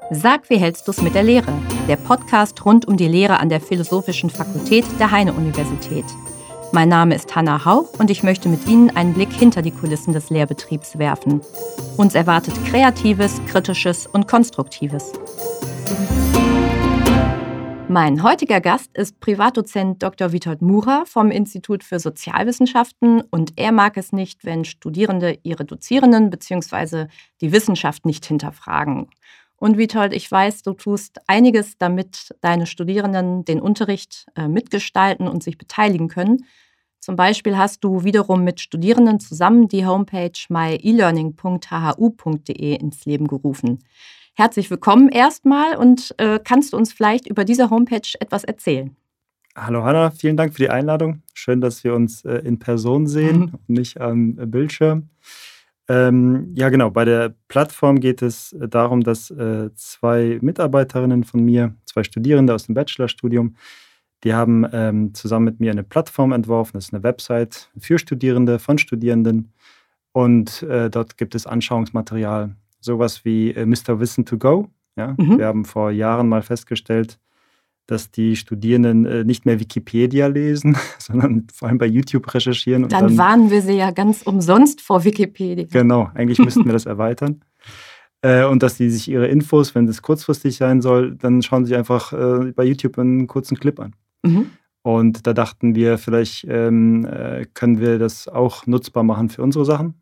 Sag, wie hältst du's mit der Lehre? Der Podcast rund um die Lehre an der Philosophischen Fakultät der Heine-Universität. Mein Name ist Hanna Hauch und ich möchte mit Ihnen einen Blick hinter die Kulissen des Lehrbetriebs werfen. Uns erwartet Kreatives, Kritisches und Konstruktives. Mein heutiger Gast ist Privatdozent Dr. Witold Murer vom Institut für Sozialwissenschaften und er mag es nicht, wenn Studierende ihre Dozierenden bzw. die Wissenschaft nicht hinterfragen. Und Witold, ich weiß, du tust einiges, damit deine Studierenden den Unterricht mitgestalten und sich beteiligen können. Zum Beispiel hast du wiederum mit Studierenden zusammen die Homepage myelearning.hhu.de ins Leben gerufen. Herzlich willkommen erstmal und kannst du uns vielleicht über diese Homepage etwas erzählen? Hallo Hanna, vielen Dank für die Einladung. Schön, dass wir uns in Person sehen und nicht am Bildschirm. Ja genau, bei der Plattform geht es darum, dass zwei Mitarbeiterinnen von mir, zwei Studierende aus dem Bachelorstudium, die haben zusammen mit mir eine Plattform entworfen. Das ist eine Website für Studierende, von Studierenden. Und dort gibt es Anschauungsmaterial, sowas wie Mr. Wissen to go. Ja? Wir haben vor Jahren mal festgestellt, dass die Studierenden nicht mehr Wikipedia lesen, sondern vor allem bei YouTube recherchieren. Und dann warnen wir sie ja ganz umsonst vor Wikipedia. Genau, eigentlich müssten wir das erweitern. Und dass die sich ihre Infos, wenn es kurzfristig sein soll, dann schauen sie einfach bei YouTube einen kurzen Clip an. Und da dachten wir, vielleicht können wir das auch nutzbar machen für unsere Sachen.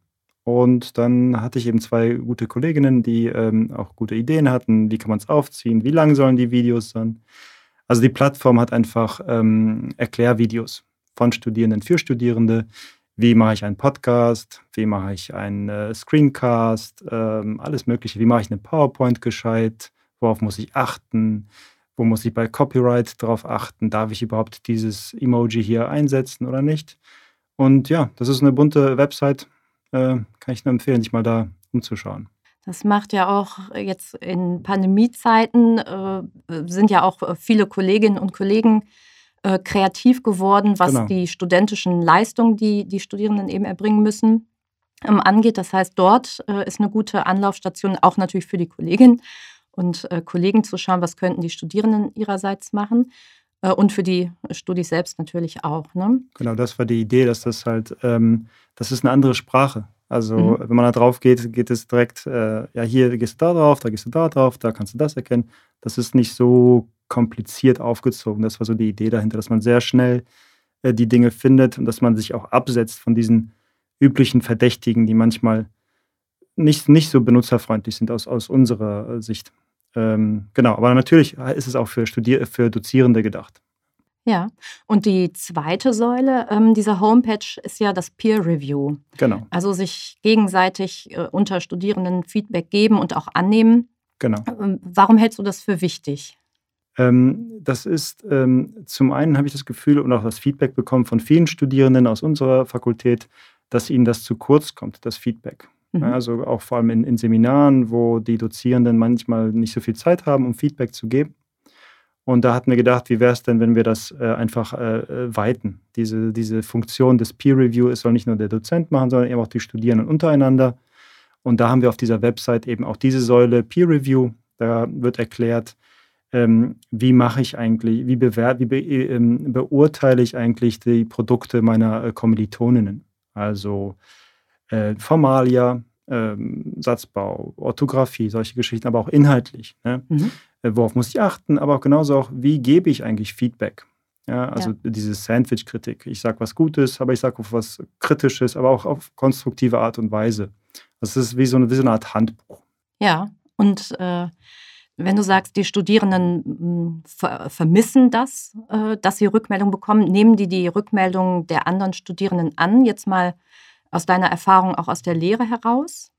Und dann hatte ich eben zwei gute Kolleginnen, die auch gute Ideen hatten. Wie kann man es aufziehen? Wie lang sollen die Videos sein? Also die Plattform hat einfach Erklärvideos von Studierenden für Studierende. Wie mache ich einen Podcast? Wie mache ich einen Screencast? Alles Mögliche. Wie mache ich eine PowerPoint gescheit? Worauf muss ich achten? Wo muss ich bei Copyright drauf achten? Darf ich überhaupt dieses Emoji hier einsetzen oder nicht? Und ja, das ist eine bunte Website. Kann ich nur empfehlen, sich mal da umzuschauen. Das macht ja auch jetzt in Pandemiezeiten, sind ja auch viele Kolleginnen und Kollegen kreativ geworden, was die studentischen Leistungen, die die Studierenden eben erbringen müssen, angeht. Das heißt, dort ist eine gute Anlaufstation, auch natürlich für die Kolleginnen und Kollegen zu schauen, was könnten die Studierenden ihrerseits machen. Und für die Studis selbst natürlich auch. Ne? Genau, das war die Idee, dass das halt, das ist eine andere Sprache. Also wenn man da drauf geht, geht es direkt, ja hier gehst du da drauf, da gehst du da drauf, da kannst du das erkennen. Das ist nicht so kompliziert aufgezogen. Das war so die Idee dahinter, dass man sehr schnell die Dinge findet und dass man sich auch absetzt von diesen üblichen Verdächtigen, die manchmal nicht so benutzerfreundlich sind aus unserer Sicht. Genau, aber natürlich ist es auch für Dozierende gedacht. Ja, und die zweite Säule dieser Homepage ist ja das Peer Review. Genau. Also sich gegenseitig unter Studierenden Feedback geben und auch annehmen. Genau. Warum hältst du das für wichtig? Das ist, zum einen habe ich das Gefühl und auch das Feedback bekommen von vielen Studierenden aus unserer Fakultät, dass ihnen das zu kurz kommt, das Feedback. Also auch vor allem in Seminaren, wo die Dozierenden manchmal nicht so viel Zeit haben, um Feedback zu geben. Und da hatten wir gedacht, wie wäre es denn, wenn wir das einfach weiten? Diese Funktion des Peer Review, es soll nicht nur der Dozent machen, sondern eben auch die Studierenden untereinander. Und da haben wir auf dieser Website eben auch diese Säule Peer Review. Da wird erklärt, wie mache ich eigentlich, wie beurteile ich eigentlich die Produkte meiner Kommilitoninnen. Also Formalia, Satzbau, Orthographie, solche Geschichten, aber auch inhaltlich. Ne? Worauf muss ich achten, aber auch genauso auch, wie gebe ich eigentlich Feedback? Ja, also diese Sandwich-Kritik. Ich sage was Gutes, aber ich sage auch was Kritisches, aber auch auf konstruktive Art und Weise. Das ist wie so eine Art Handbuch. Ja, und wenn du sagst, die Studierenden vermissen das, dass sie Rückmeldung bekommen, nehmen die Rückmeldung der anderen Studierenden an? Jetzt mal aus deiner Erfahrung auch aus der Lehre heraus?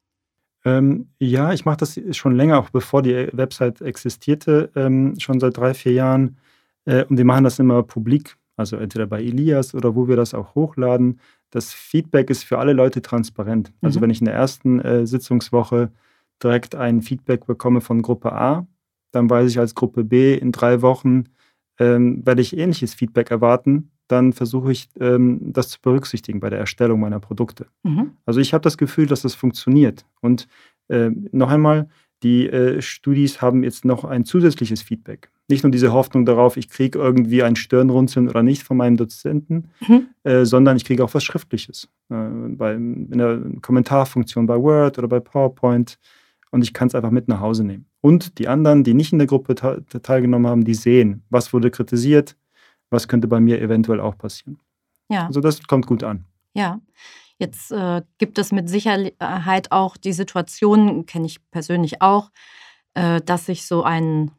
Ja, ich mache das schon länger, auch bevor die Website existierte, schon seit 3-4 Jahren. Und wir machen das immer publik, also entweder bei Elias oder wo wir das auch hochladen. Das Feedback ist für alle Leute transparent. Also wenn ich in der ersten Sitzungswoche direkt ein Feedback bekomme von Gruppe A, dann weiß ich als Gruppe B, in 3 Wochen werde ich ähnliches Feedback erwarten. Dann versuche ich, das zu berücksichtigen bei der Erstellung meiner Produkte. Also ich habe das Gefühl, dass das funktioniert. Und noch einmal, Die Studis haben jetzt noch ein zusätzliches Feedback. Nicht nur diese Hoffnung darauf, ich kriege irgendwie ein Stirnrunzeln oder nicht von meinem Dozenten, sondern ich kriege auch was Schriftliches. In der Kommentarfunktion bei Word oder bei PowerPoint. Und ich kann es einfach mit nach Hause nehmen. Und die anderen, die nicht in der Gruppe teilgenommen haben, die sehen, was wurde kritisiert, was könnte bei mir eventuell auch passieren. Ja. Also das kommt gut an. Ja, jetzt gibt es mit Sicherheit auch die Situation, kenne ich persönlich auch, dass sich so ein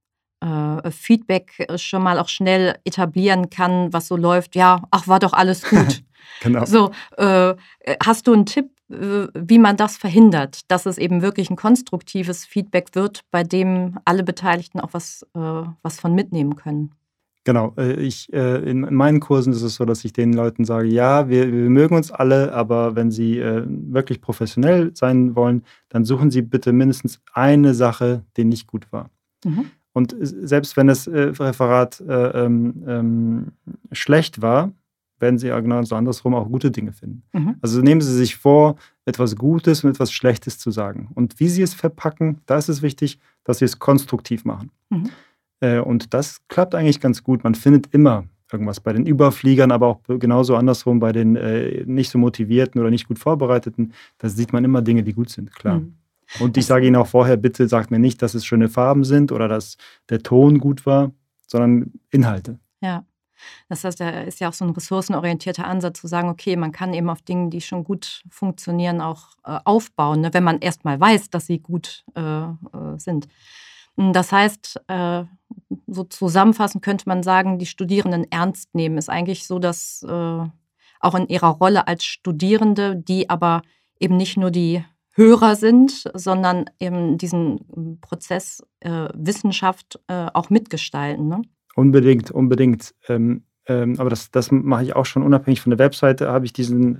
Feedback schon mal auch schnell etablieren kann, was so läuft, ja, ach, war doch alles gut. Genau. So, hast du einen Tipp, wie man das verhindert, dass es eben wirklich ein konstruktives Feedback wird, bei dem alle Beteiligten auch was von mitnehmen können? Genau, in meinen Kursen ist es so, dass ich den Leuten sage, ja, wir mögen uns alle, aber wenn Sie wirklich professionell sein wollen, dann suchen Sie bitte mindestens eine Sache, die nicht gut war. Mhm. Und selbst wenn das Referat schlecht war, werden Sie ja genau so andersrum auch gute Dinge finden. Mhm. Also nehmen Sie sich vor, etwas Gutes und etwas Schlechtes zu sagen. Und wie Sie es verpacken, da ist es wichtig, dass Sie es konstruktiv machen. Mhm. Und das klappt eigentlich ganz gut. Man findet immer irgendwas bei den Überfliegern, aber auch genauso andersrum bei den nicht so motivierten oder nicht gut vorbereiteten. Da sieht man immer Dinge, die gut sind, klar. Mhm. Und ich sage Ihnen auch vorher, bitte sagt mir nicht, dass es schöne Farben sind oder dass der Ton gut war, sondern Inhalte. Ja, das heißt, da ist ja auch so ein ressourcenorientierter Ansatz, zu sagen, okay, man kann eben auf Dingen, die schon gut funktionieren, auch aufbauen, ne, wenn man erst mal weiß, dass sie gut sind. Das heißt, so zusammenfassend könnte man sagen, die Studierenden ernst nehmen, ist eigentlich so, dass auch in ihrer Rolle als Studierende, die aber eben nicht nur die Hörer sind, sondern eben diesen Prozess Wissenschaft auch mitgestalten. Ne? Unbedingt. Aber das mache ich auch schon unabhängig von der Webseite, habe ich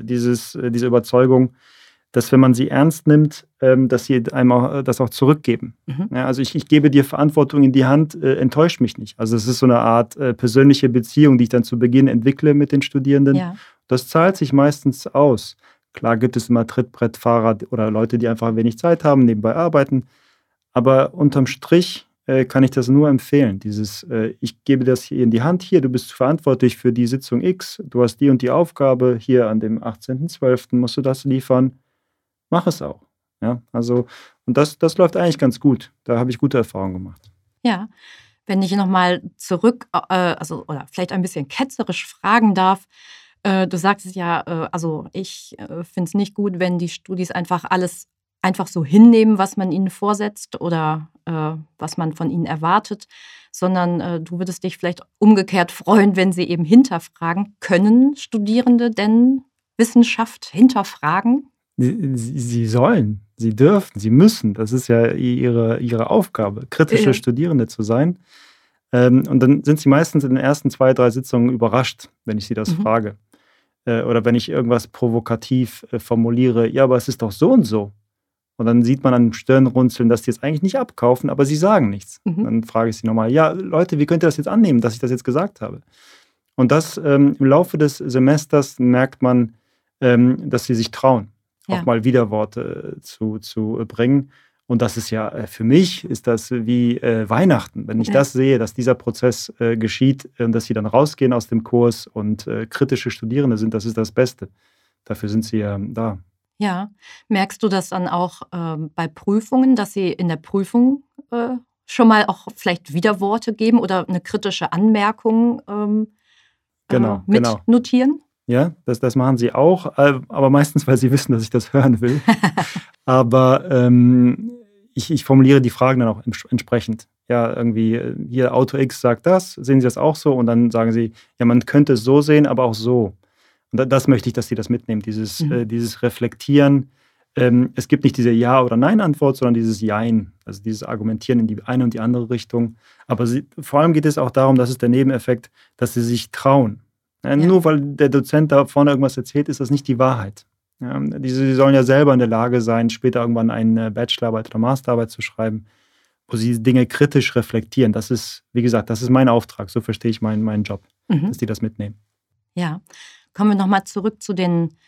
diese Überzeugung, dass wenn man sie ernst nimmt, dass sie einem auch, das auch zurückgeben. Mhm. Ja, also ich gebe dir Verantwortung in die Hand, enttäuscht mich nicht. Also es ist so eine Art persönliche Beziehung, die ich dann zu Beginn entwickle mit den Studierenden. Ja. Das zahlt sich meistens aus. Klar gibt es immer Trittbrettfahrer oder Leute, die einfach wenig Zeit haben, nebenbei arbeiten. Aber unterm Strich kann ich das nur empfehlen. Ich gebe das hier in die Hand, hier, du bist verantwortlich für die Sitzung X, du hast die und die Aufgabe, hier an dem 18.12. musst du das liefern. Mach es auch. Ja, also, und das läuft eigentlich ganz gut. Da habe ich gute Erfahrungen gemacht. Ja, wenn ich nochmal zurück, oder vielleicht ein bisschen ketzerisch fragen darf, du sagtest ja, ich finde es nicht gut, wenn die Studis alles einfach so hinnehmen, was man ihnen vorsetzt oder was man von ihnen erwartet, sondern du würdest dich vielleicht umgekehrt freuen, wenn sie eben hinterfragen. Können Studierende denn Wissenschaft hinterfragen? Sie sollen, sie dürfen, sie müssen. Das ist ja ihre Aufgabe, kritische Studierende zu sein. Und dann sind sie meistens in den ersten 2, 3 Sitzungen überrascht, wenn ich sie das frage. Oder wenn ich irgendwas provokativ formuliere, ja, aber es ist doch so und so. Und dann sieht man an dem Stirnrunzeln, dass die es eigentlich nicht abkaufen, aber sie sagen nichts. Dann frage ich sie nochmal, ja, Leute, wie könnt ihr das jetzt annehmen, dass ich das jetzt gesagt habe? Und das im Laufe des Semesters merkt man, dass sie sich trauen, auch mal Widerworte zu bringen. Und das ist ja, für mich ist das wie Weihnachten, wenn ich das sehe, dass dieser Prozess geschieht, dass sie dann rausgehen aus dem Kurs und kritische Studierende sind, das ist das Beste. Dafür sind sie ja da. Ja, merkst du das dann auch bei Prüfungen, dass sie in der Prüfung schon mal auch vielleicht Widerworte geben oder eine kritische Anmerkung mitnotieren? Ja, das machen sie auch, aber meistens, weil sie wissen, dass ich das hören will. Aber ich formuliere die Fragen dann auch entsprechend. Ja, irgendwie, hier Autor X sagt das, sehen Sie das auch so? Und dann sagen sie, ja, man könnte es so sehen, aber auch so. Und das möchte ich, dass sie das mitnehmen, dieses Reflektieren. Es gibt nicht diese Ja- oder Nein-Antwort, sondern dieses Jein, also dieses Argumentieren in die eine und die andere Richtung. Aber vor allem geht es auch darum, das ist der Nebeneffekt, dass sie sich trauen. Nur weil der Dozent da vorne irgendwas erzählt, ist das nicht die Wahrheit. Ja, sie sollen ja selber in der Lage sein, später irgendwann eine Bachelorarbeit oder Masterarbeit zu schreiben, wo sie Dinge kritisch reflektieren. Das ist, wie gesagt, das ist mein Auftrag. So verstehe ich meinen Job, dass die das mitnehmen. Ja, kommen wir nochmal zurück zu den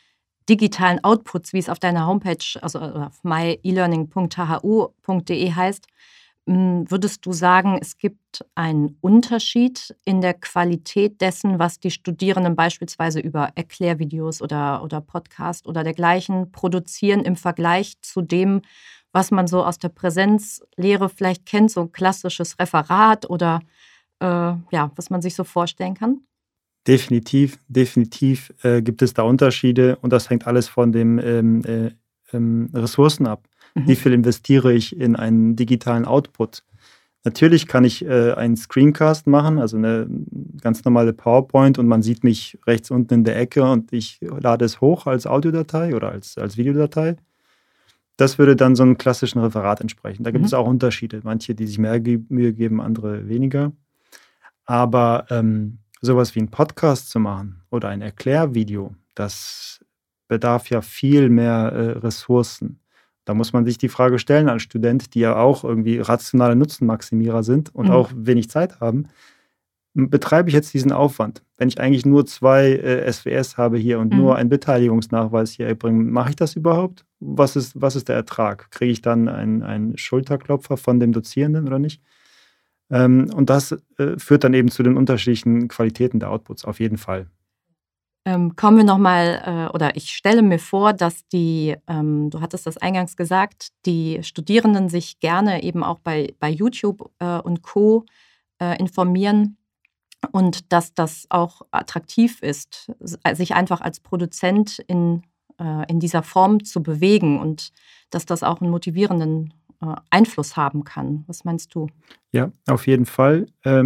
digitalen Outputs, wie es auf deiner Homepage, also auf myelearning.hhu.de heißt, würdest du sagen, es gibt einen Unterschied in der Qualität dessen, was die Studierenden beispielsweise über Erklärvideos oder Podcast oder dergleichen produzieren im Vergleich zu dem, was man so aus der Präsenzlehre vielleicht kennt, so ein klassisches Referat oder was man sich so vorstellen kann? Definitiv gibt es da Unterschiede und das hängt alles von den Ressourcen ab. Wie viel investiere ich in einen digitalen Output? Natürlich kann ich einen Screencast machen, also eine ganz normale PowerPoint und man sieht mich rechts unten in der Ecke und ich lade es hoch als Audiodatei oder als Videodatei. Das würde dann so einem klassischen Referat entsprechen. Da gibt es auch Unterschiede. Manche, die sich mehr Mühe geben, andere weniger. Aber sowas wie einen Podcast zu machen oder ein Erklärvideo, das bedarf ja viel mehr Ressourcen. Da muss man sich die Frage stellen als Student, die ja auch irgendwie rationale Nutzenmaximierer sind und auch wenig Zeit haben, betreibe ich jetzt diesen Aufwand? Wenn ich eigentlich nur 2 SWS habe hier und nur einen Beteiligungsnachweis hier erbringe, mache ich das überhaupt? Was ist der Ertrag? Kriege ich dann einen Schulterklopfer von dem Dozierenden oder nicht? Und das führt dann eben zu den unterschiedlichen Qualitäten der Outputs, auf jeden Fall. Kommen wir nochmal, oder ich stelle mir vor, dass du hattest das eingangs gesagt, die Studierenden sich gerne eben auch bei YouTube und Co. Informieren und dass das auch attraktiv ist, sich einfach als Produzent in dieser Form zu bewegen und dass das auch einen motivierenden Einfluss haben kann. Was meinst du? Ja, auf jeden Fall.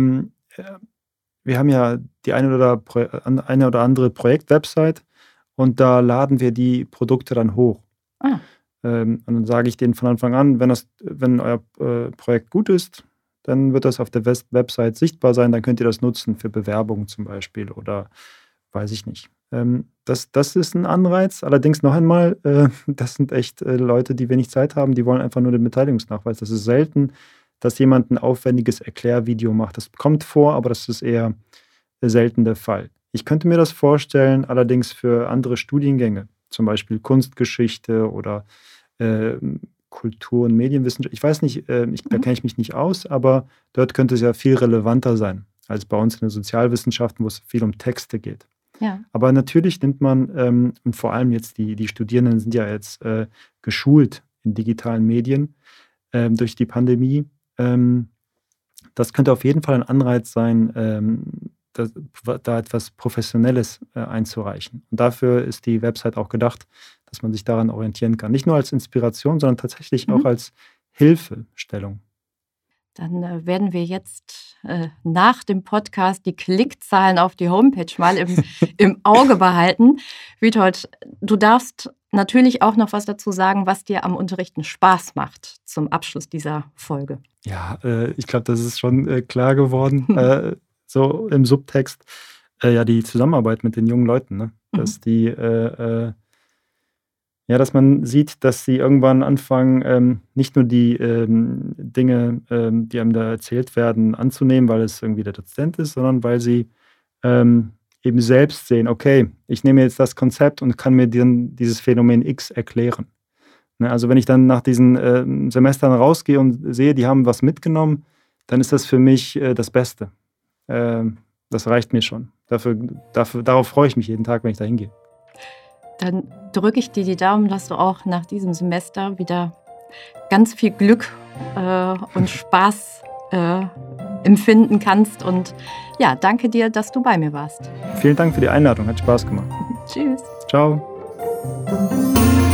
Wir haben ja die eine oder andere Projekt-Website und da laden wir die Produkte dann hoch. Und dann sage ich denen von Anfang an, wenn euer Projekt gut ist, dann wird das auf der Website sichtbar sein, dann könnt ihr das nutzen für Bewerbungen zum Beispiel oder weiß ich nicht. Das ist ein Anreiz. Allerdings noch einmal, das sind echt Leute, die wenig Zeit haben, die wollen einfach nur den Beteiligungsnachweis. Das ist selten, dass jemand ein aufwendiges Erklärvideo macht. Das kommt vor, aber das ist eher selten der Fall. Ich könnte mir das vorstellen, allerdings für andere Studiengänge, zum Beispiel Kunstgeschichte oder Kultur- und Medienwissenschaft. Ich weiß nicht, da kenne ich mich nicht aus, aber dort könnte es ja viel relevanter sein als bei uns in den Sozialwissenschaften, wo es viel um Texte geht. Ja. Aber natürlich nimmt man, und vor allem jetzt die Studierenden sind ja jetzt geschult in digitalen Medien durch die Pandemie. Das könnte auf jeden Fall ein Anreiz sein, da etwas Professionelles einzureichen. Und dafür ist die Website auch gedacht, dass man sich daran orientieren kann. Nicht nur als Inspiration, sondern tatsächlich auch als Hilfestellung. Dann werden wir jetzt nach dem Podcast die Klickzahlen auf die Homepage mal im Auge behalten. Witold, du darfst natürlich auch noch was dazu sagen, was dir am Unterrichten Spaß macht zum Abschluss dieser Folge. Ja, ich glaube, das ist schon klar geworden, so im Subtext. Ja, die Zusammenarbeit mit den jungen Leuten, ne? Dass dass man sieht, dass sie irgendwann anfangen, nicht nur die Dinge, die einem da erzählt werden, anzunehmen, weil es irgendwie der Dozent ist, sondern weil sie eben selbst sehen, okay, ich nehme jetzt das Konzept und kann mir dieses Phänomen X erklären. Ne, also wenn ich dann nach diesen Semestern rausgehe und sehe, die haben was mitgenommen, dann ist das für mich das Beste. Das reicht mir schon. Darauf freue ich mich jeden Tag, wenn ich da hingehe. Dann drücke ich dir die Daumen, dass du auch nach diesem Semester wieder ganz viel Glück und Spaß empfinden kannst. Und ja, danke dir, dass du bei mir warst. Vielen Dank für die Einladung, hat Spaß gemacht. Tschüss. Ciao.